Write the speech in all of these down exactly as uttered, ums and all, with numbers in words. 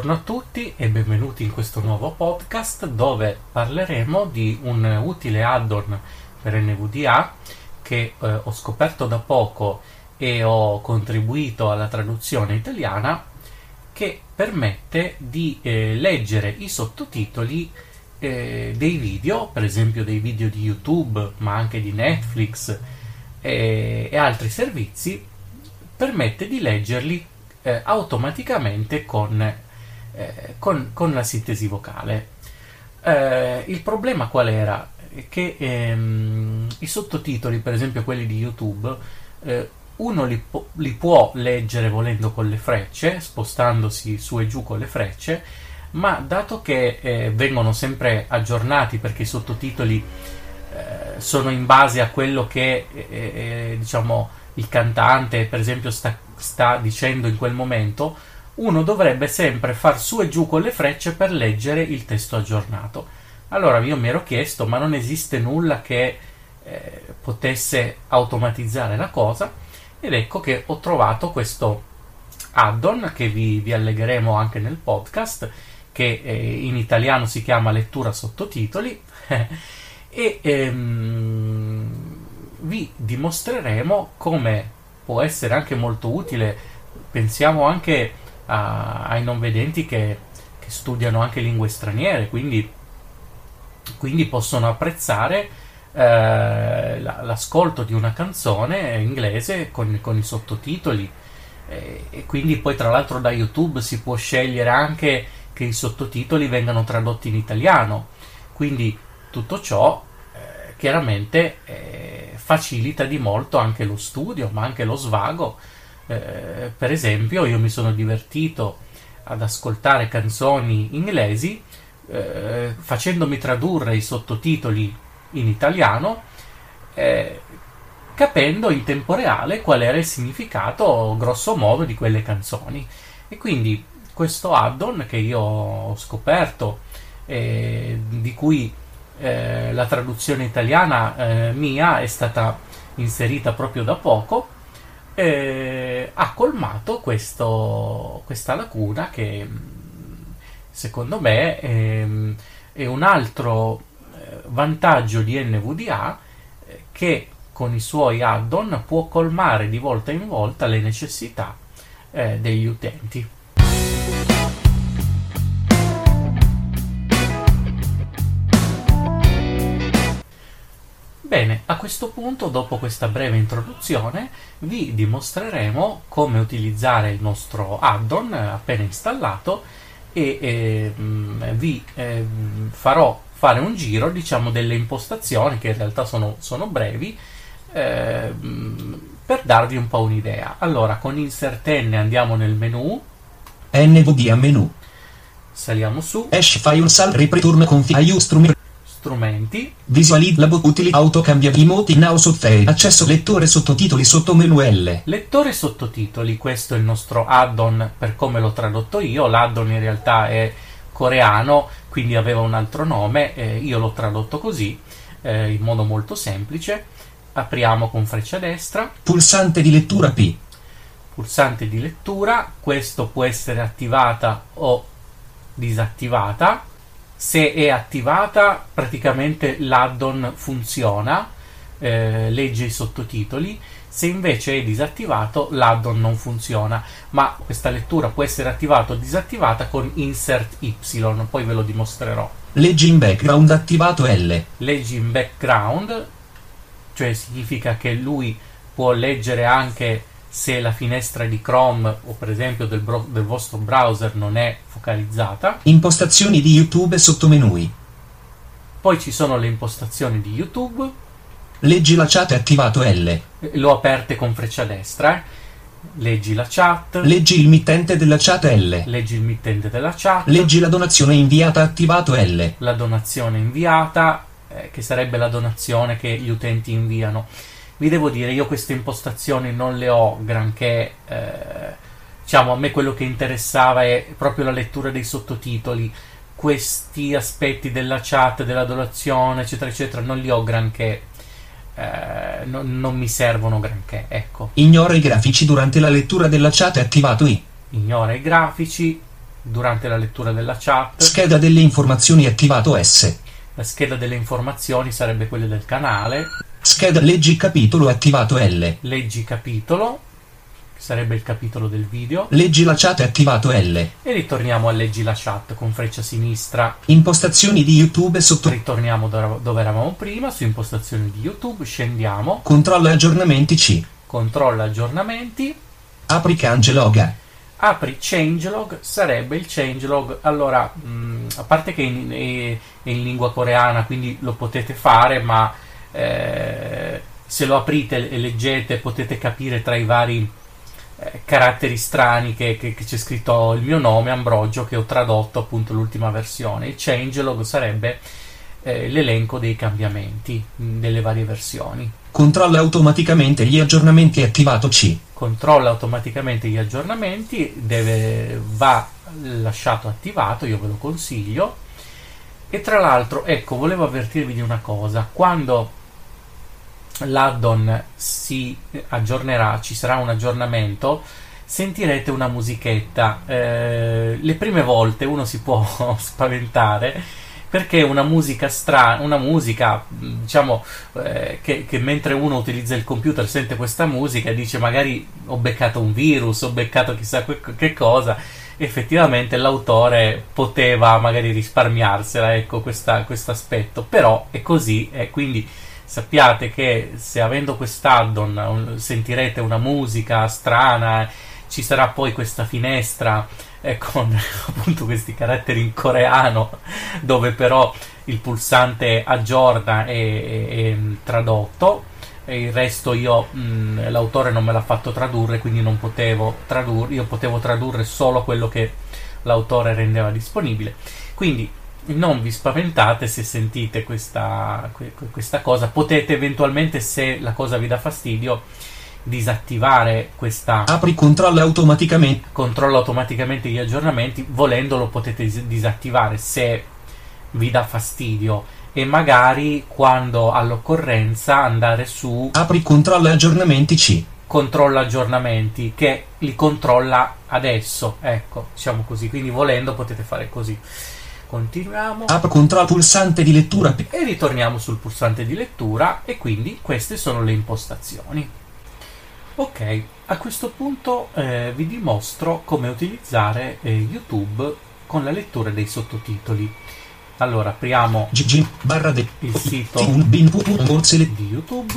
Buongiorno a tutti e benvenuti in questo nuovo podcast dove parleremo di un utile add-on per N V D A che eh, ho scoperto da poco e ho contribuito alla traduzione italiana, che permette di eh, leggere i sottotitoli eh, dei video, per esempio dei video di YouTube, ma anche di Netflix e, e altri servizi. Permette di leggerli eh, automaticamente con, eh, con, con la sintesi vocale. Eh, il problema qual era? Che ehm, i sottotitoli, per esempio quelli di YouTube, eh, uno li, po- li può leggere volendo con le frecce, spostandosi su e giù con le frecce, ma dato che eh, vengono sempre aggiornati, perché i sottotitoli eh, sono in base a quello che eh, eh, diciamo il cantante, per esempio, sta, sta dicendo in quel momento, uno dovrebbe sempre far su e giù con le frecce per leggere il testo aggiornato. Allora io mi ero chiesto, ma non esiste nulla che eh, potesse automatizzare la cosa? Ed ecco che ho trovato questo add-on che vi, vi allegheremo anche nel podcast, che eh, in italiano si chiama lettura sottotitoli e ehm, vi dimostreremo come può essere anche molto utile. Pensiamo anche a, ai non vedenti che, che studiano anche lingue straniere, quindi, quindi possono apprezzare eh, l'ascolto di una canzone inglese con, con i sottotitoli, eh, e quindi poi tra l'altro da YouTube si può scegliere anche che i sottotitoli vengano tradotti in italiano, quindi tutto ciò eh, chiaramente eh, facilita di molto anche lo studio, ma anche lo svago. Eh, per esempio, io mi sono divertito ad ascoltare canzoni inglesi eh, facendomi tradurre i sottotitoli in italiano, eh, capendo in tempo reale qual era il significato grosso modo di quelle canzoni. E quindi questo add-on che io ho scoperto, eh, di cui Eh, la traduzione italiana eh, mia è stata inserita proprio da poco, eh, ha colmato questo, questa lacuna che secondo me è, è un altro vantaggio di N V D A, eh, che con i suoi add-on può colmare di volta in volta le necessità eh, degli utenti. Bene, a questo punto, dopo questa breve introduzione, vi dimostreremo come utilizzare il nostro add-on appena installato e eh, vi eh, farò fare un giro, diciamo, delle impostazioni, che in realtà sono, sono brevi, eh, per darvi un po' un'idea. Allora, con Insert N andiamo nel menu. N V D A menu. Saliamo su. Hash file sal return config I U strumenti. Strumenti. Visualizz labo utili auto cambia remote now software. Accesso lettore sottotitoli sotto menu L. Lettore sottotitoli, questo è il nostro add-on per come l'ho tradotto io. L'add-on in realtà è coreano, quindi aveva un altro nome, eh, io l'ho tradotto così, eh, in modo molto semplice. Apriamo con freccia destra. Pulsante di lettura P. Pulsante di lettura, questo può essere attivata o disattivata. Se è attivata, praticamente l'add-on funziona, eh, legge i sottotitoli. Se invece è disattivato, l'add-on non funziona, ma questa lettura può essere attivata o disattivata con Insert Y, poi ve lo dimostrerò. Leggi in background attivato L. Leggi in background, cioè significa che lui può leggere anche se la finestra di Chrome o per esempio del, bro- del vostro browser non è focalizzata. Impostazioni di YouTube sottomenu. Poi ci sono le impostazioni di YouTube. Leggi la chat attivato L. L'ho aperte con freccia destra. Eh. Leggi la chat. Leggi il mittente della chat L. Leggi il mittente della chat. Leggi la donazione inviata attivato L. La donazione inviata, eh, che sarebbe la donazione che gli utenti inviano. Vi devo dire, io queste impostazioni non le ho granché, eh, diciamo, a me quello che interessava è proprio la lettura dei sottotitoli. Questi aspetti della chat, della donazione, eccetera, eccetera, non li ho granché, eh, non, non mi servono granché, ecco. Ignora i grafici durante la lettura della chat attivato I. Ignora i grafici, durante la lettura della chat. Scheda delle informazioni attivato S. La scheda delle informazioni sarebbe quella del canale. Scheda leggi capitolo attivato L. Leggi capitolo, che sarebbe il capitolo del video. Leggi la chat attivato L. E ritorniamo a leggi la chat con freccia sinistra. Impostazioni di YouTube sotto. Ritorniamo dove eravamo prima, su impostazioni di YouTube, scendiamo. Controlla aggiornamenti C. Controlla aggiornamenti. Apri changelog. Apri changelog, sarebbe il changelog. Allora, mh, a parte che in, è, è in lingua coreana, quindi lo potete fare, ma eh, se lo aprite e leggete potete capire tra i vari eh, caratteri strani che, che, che c'è scritto il mio nome, Ambrogio, che ho tradotto appunto l'ultima versione. Il changelog sarebbe eh, l'elenco dei cambiamenti mh, delle varie versioni. Controlla automaticamente gli aggiornamenti attivato C. Controlla automaticamente gli aggiornamenti, deve, va lasciato attivato, io ve lo consiglio. E tra l'altro, ecco, volevo avvertirvi di una cosa: quando l'addon si aggiornerà, ci sarà un aggiornamento, sentirete una musichetta. Eh, le prime volte uno si può spaventare, perché è una musica strana, una musica, diciamo, eh, che, che mentre uno utilizza il computer sente questa musica e dice magari ho beccato un virus, ho beccato chissà que- che cosa. Effettivamente l'autore poteva magari risparmiarsela, ecco, questo aspetto, però è così, e quindi sappiate che se avendo quest'addon sentirete una musica strana, ci sarà poi questa finestra eh, con appunto questi caratteri in coreano, dove però il pulsante aggiorna e è tradotto, e il resto io mh, l'autore non me l'ha fatto tradurre, quindi non potevo tradurre, io potevo tradurre solo quello che l'autore rendeva disponibile. Quindi non vi spaventate se sentite questa, questa cosa. Potete eventualmente, se la cosa vi dà fastidio, disattivare questa. Apri controlla automaticamente. Controlla automaticamente gli aggiornamenti. Volendolo potete disattivare se vi dà fastidio, e magari quando all'occorrenza andare su apri controlla aggiornamenti C. Controlla aggiornamenti, che li controlla adesso, ecco, diciamo così. Quindi volendo potete fare così. Continuiamo. Apri control pulsante di lettura e ritorniamo sul pulsante di lettura, e quindi queste sono le impostazioni. Ok, a questo punto eh, vi dimostro come utilizzare eh, YouTube con la lettura dei sottotitoli. Allora, apriamo G barra de il sito di YouTube.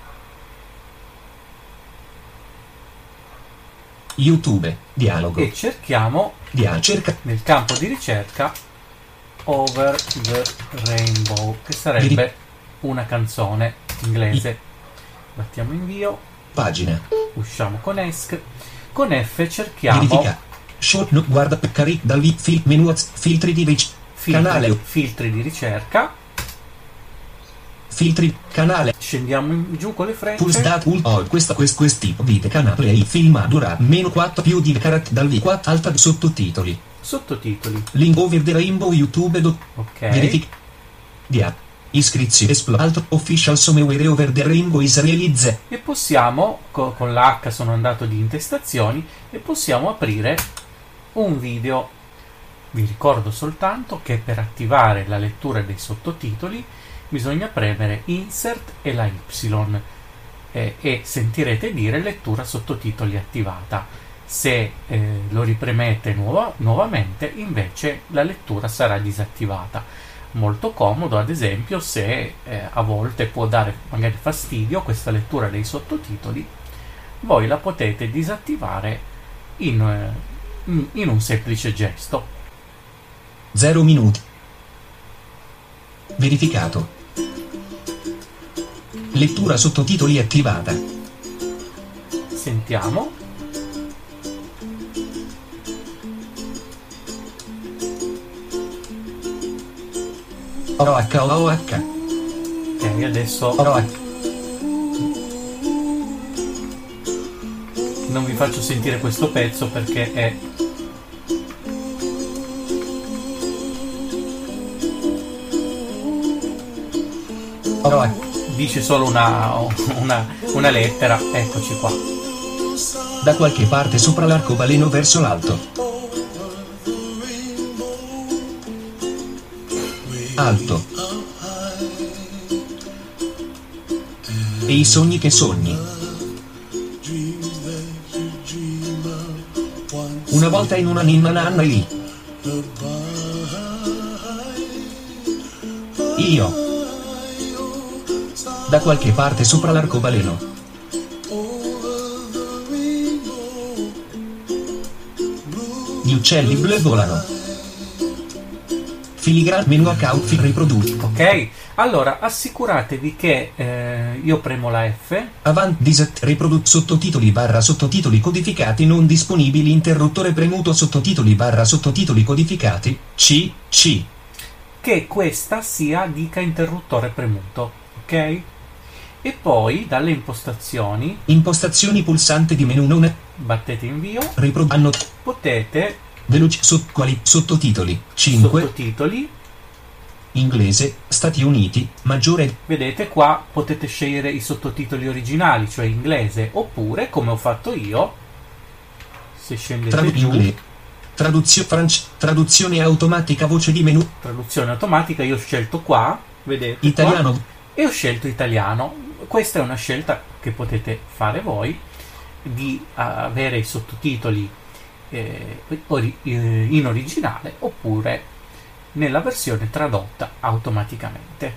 YouTube, dialogo. E cerchiamo Dia, cerca. nel campo di ricerca Over the Rainbow, che sarebbe una canzone inglese. Battiamo invio. Pagina. Usciamo con ESC. Con F cerchiamo. Verifica. Short no, guarda cari dal fil, menu filtri di ricerca. Filtri, canale. Filtri di ricerca. Filtri, canale. Scendiamo in giù con le frecce. Pulse dat ult oh, questo questo questo tipo di canale play film dura meno quattro più di caratteri dal V quattro alta di sottotitoli. Sottotitoli. Link over the rainbow YouTube. Do, ok. Verifica. Dia. Iscrizione esplo altro official somewhere over the rainbow israelizze. E possiamo, co- con l'H sono andato di intestazioni, e possiamo aprire un video. Vi ricordo soltanto che per attivare la lettura dei sottotitoli bisogna premere Insert e la Y, eh, e sentirete dire lettura sottotitoli attivata. Se eh, lo ripremete nuova, nuovamente, invece la lettura sarà disattivata. Molto comodo, ad esempio, se eh, a volte può dare magari fastidio questa lettura dei sottotitoli, voi la potete disattivare in, eh, in un semplice gesto. zero minuti. Verificato. Lettura sottotitoli attivata. Sentiamo. O H O H. Ok, adesso O H. non vi faccio sentire questo pezzo perché è O H. dice solo una, una, una lettera. Eccoci qua. Da qualche parte sopra l'arcobaleno verso l'alto. alto. E i sogni che sogni. Una volta in una ninna nanna lì. Io. Da qualche parte sopra l'arcobaleno. Gli uccelli blu volano. Filigran menu outfit riproduce. Ok, allora assicuratevi che eh, io premo la F. Avant diset riproduce sottotitoli barra sottotitoli codificati non disponibili, interruttore premuto sottotitoli barra sottotitoli codificati C C. Che questa sia dica interruttore premuto, ok? E poi dalle impostazioni, impostazioni pulsante di menu non è, battete invio, riprodu- hanno potete veloce sot- quali sottotitoli cinque sottotitoli, inglese Stati Uniti maggiore. vedete qua potete scegliere i sottotitoli originali, cioè inglese, oppure come ho fatto io, se scendete Tradu- giù, inglese traduzio- franc- traduzione automatica voce di menu traduzione automatica, io ho scelto qua, vedete italiano qua, e ho scelto italiano. Questa è una scelta che potete fare voi, di uh, avere i sottotitoli eh, ori- eh, in originale oppure nella versione tradotta automaticamente.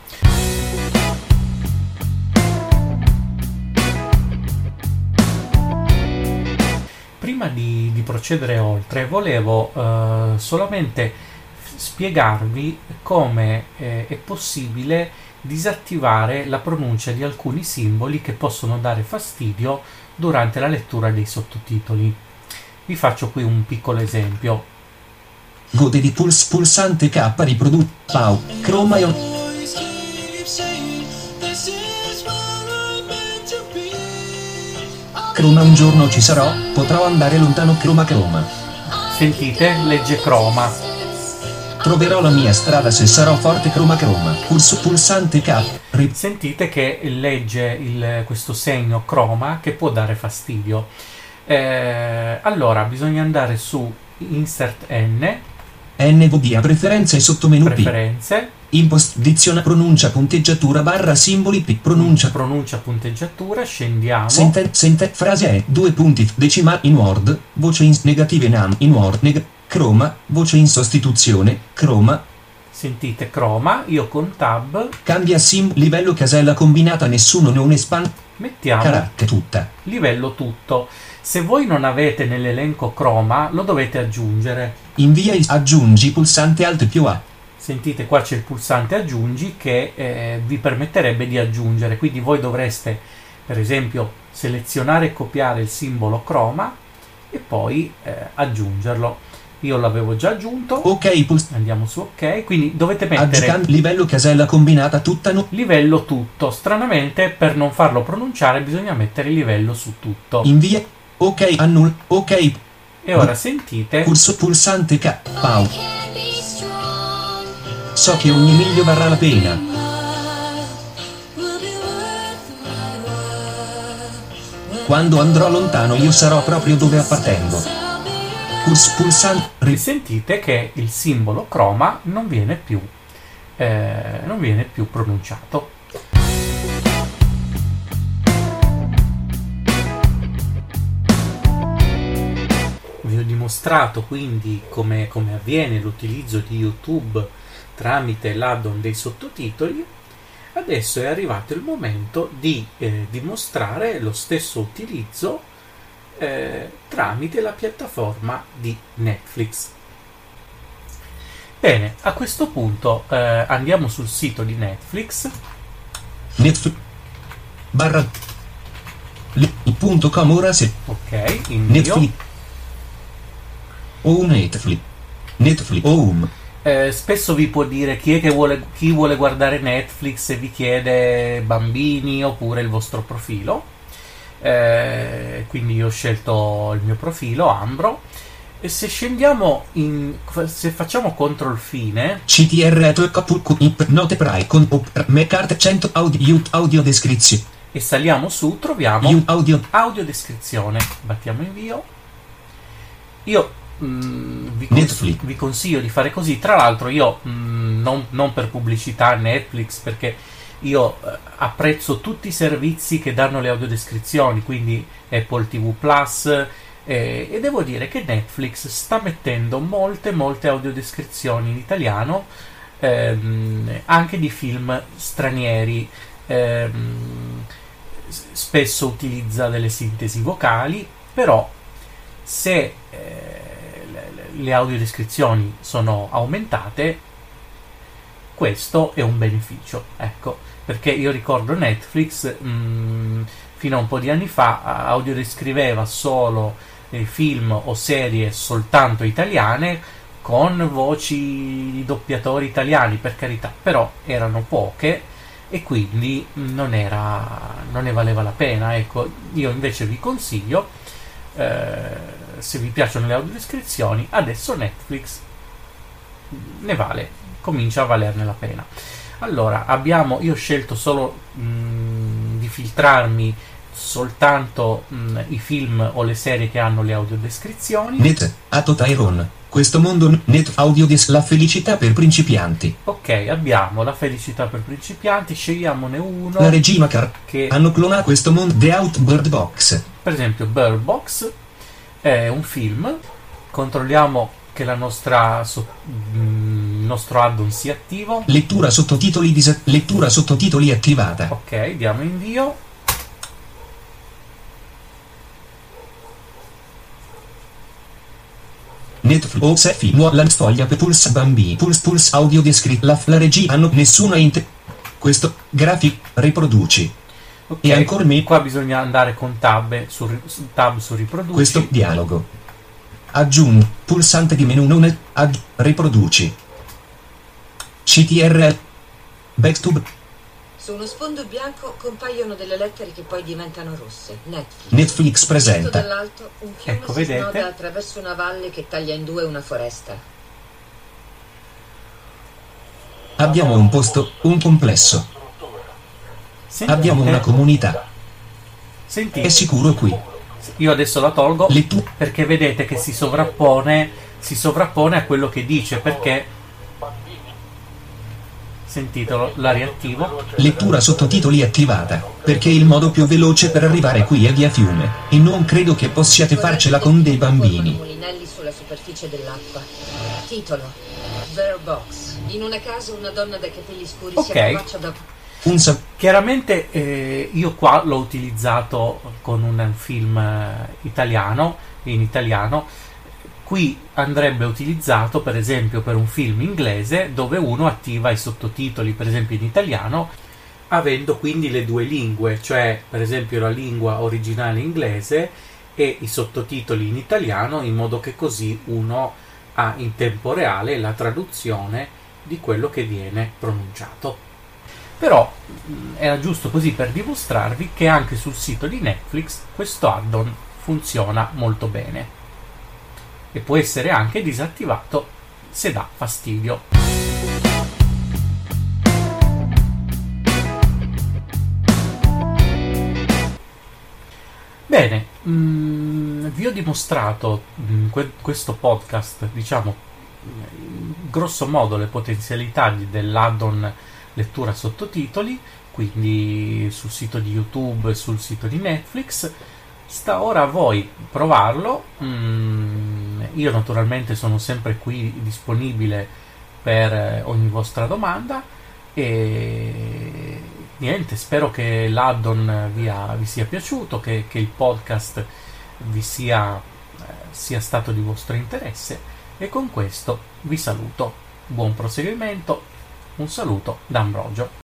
Prima di, di procedere oltre, volevo uh, solamente spiegarvi come eh, è possibile disattivare la pronuncia di alcuni simboli che possono dare fastidio durante la lettura dei sottotitoli. Vi faccio qui un piccolo esempio. gode di puls pulsante K riprodu pau chroma io chroma un giorno ci sarò, potrò andare lontano chroma chroma. Sentite? Legge croma. Troverò la mia strada se sarò forte chroma chroma. Pulso pulsante K. Rip. Sentite che legge il, questo segno croma che può dare fastidio. Eh, allora bisogna andare su Insert N. N V D A preferenze sottomenu P. Preferenze. Impost diziona pronuncia punteggiatura barra simboli P. Pronuncia. Pronuncia punteggiatura. Scendiamo. Sente, sente, frase è due punti decima in word. Voce in negative nam in word. Neg- Croma, voce in sostituzione, croma. Sentite croma, io con tab. Cambia sim, livello casella combinata nessuno non espan. Mettiamo carattere tutta. Livello tutto. Se voi non avete nell'elenco croma, lo dovete aggiungere. Invia il aggiungi pulsante alt più A. Sentite qua c'è il pulsante aggiungi che eh, vi permetterebbe di aggiungere. Quindi voi dovreste, per esempio, selezionare e copiare il simbolo croma e poi eh, aggiungerlo. Io l'avevo già aggiunto. Ok, puls- andiamo su ok, quindi dovete mettere Aggican- livello casella combinata tutta no- livello tutto. Stranamente per non farlo pronunciare bisogna mettere il livello su tutto. invia ok annull ok E ora sentite curso pulsante K pau. So che ogni miglio varrà la pena. Quando andrò lontano io sarò proprio dove appartengo. Curso pulsante e sentite che il simbolo croma non viene più eh, non viene più pronunciato. Vi ho dimostrato quindi come, come avviene l'utilizzo di YouTube tramite l'add-on dei sottotitoli. Adesso è arrivato il momento di eh, dimostrare lo stesso utilizzo eh, tramite la piattaforma di Netflix. Bene, a questo punto eh, andiamo sul sito di Netflix. Netflix barra il punto com ora se Ok, invio. Netflix Home Netflix Netflix Home. Eh, spesso vi può dire chi è che vuole, chi vuole guardare Netflix e vi chiede bambini oppure il vostro profilo. Eh, quindi io ho scelto il mio profilo Ambro. E se scendiamo in, se facciamo control fine, C T R note prai con McCart cento audio audio descrizione e saliamo su, troviamo audio audio descrizione. Battiamo invio. Io mh, vi, cons- vi consiglio di fare così. Tra l'altro io mh, non, non per pubblicità Netflix, perché io eh, apprezzo tutti i servizi che danno le audiodescrizioni, quindi Apple ti vu Plus, eh, e devo dire che Netflix sta mettendo molte molte audiodescrizioni in italiano, ehm, anche di film stranieri. ehm, spesso utilizza delle sintesi vocali, però se eh, le, le audiodescrizioni sono aumentate, questo è un beneficio, ecco, perché io ricordo Netflix mh, fino a un po' di anni fa audiodescriveva solo eh, film o serie soltanto italiane con voci di doppiatori italiani, per carità, però erano poche e quindi non era non ne valeva la pena. Ecco, io invece vi consiglio, eh, se vi piacciono le audiodescrizioni, adesso Netflix ne vale, comincia a valerne la pena. Allora, abbiamo, io ho scelto solo mh, di filtrarmi soltanto mh, i film o le serie che hanno le audiodescrizioni. Net, Ato Tyrone, questo mondo Net Audiodis, la felicità per principianti. Ok, abbiamo la felicità per principianti, scegliamone uno. La regina Car, che hanno clonato questo mondo, The Out Bird Box. Per esempio Bird Box è un film, controlliamo che la nostra so, il nostro add-on sia attivo. Lettura sottotitoli dis- lettura sottotitoli attivata. Ok, diamo invio. Netflix film Wallan sfoglia per Pulse Bambi Pulse Pulse audio descritto la, la regia hanno nessuna inter questo grafic riproduci. Okay, e ancora me qua bisogna andare con tab su, su tab su riproduci. Questo dialogo aggiungi pulsante di menu non aggi, riproduci C T R L Backstub. Su uno sfondo bianco compaiono delle lettere che poi diventano rosse. Netflix. Netflix presenta. Dall'alto un fiume Ecco, si vedete? snoda attraverso una valle che taglia in due una foresta. Abbiamo un posto, un complesso. Sentite? Abbiamo una comunità. Sentite? È sicuro qui. Io adesso la tolgo Lettu- perché vedete che si sovrappone si sovrappone a quello che dice, perché sentitelo, la riattivo. Lettura sottotitoli attivata, perché il modo più veloce per arrivare qui è via fiume, e non credo che possiate farcela con dei bambini. Mulinelli sulla superficie dell'acqua. Titolo: Bird Box. In una casa una donna dai capelli scuri si Ok. affaccia da Un sa- Chiaramente eh, io qua l'ho utilizzato con un film eh, italiano, in italiano. Qui andrebbe utilizzato per esempio per un film inglese dove uno attiva i sottotitoli, per esempio in italiano, avendo quindi le due lingue, cioè per esempio la lingua originale inglese e i sottotitoli in italiano, in modo che così uno ha in tempo reale la traduzione di quello che viene pronunciato. Però mh, era giusto così per dimostrarvi che anche sul sito di Netflix questo add-on funziona molto bene e può essere anche disattivato se dà fastidio. Bene, mh, vi ho dimostrato in que- questo podcast, diciamo, in grosso modo le potenzialità di- dell'add-on lettura sottotitoli, quindi sul sito di YouTube e sul sito di Netflix. Sta ora a voi provarlo. Mm, io naturalmente sono sempre qui disponibile per ogni vostra domanda e niente, spero che l'add-on vi, ha- vi sia piaciuto, che, che il podcast vi sia, eh, sia stato di vostro interesse, e con questo vi saluto. Buon proseguimento, un saluto da Ambrogio.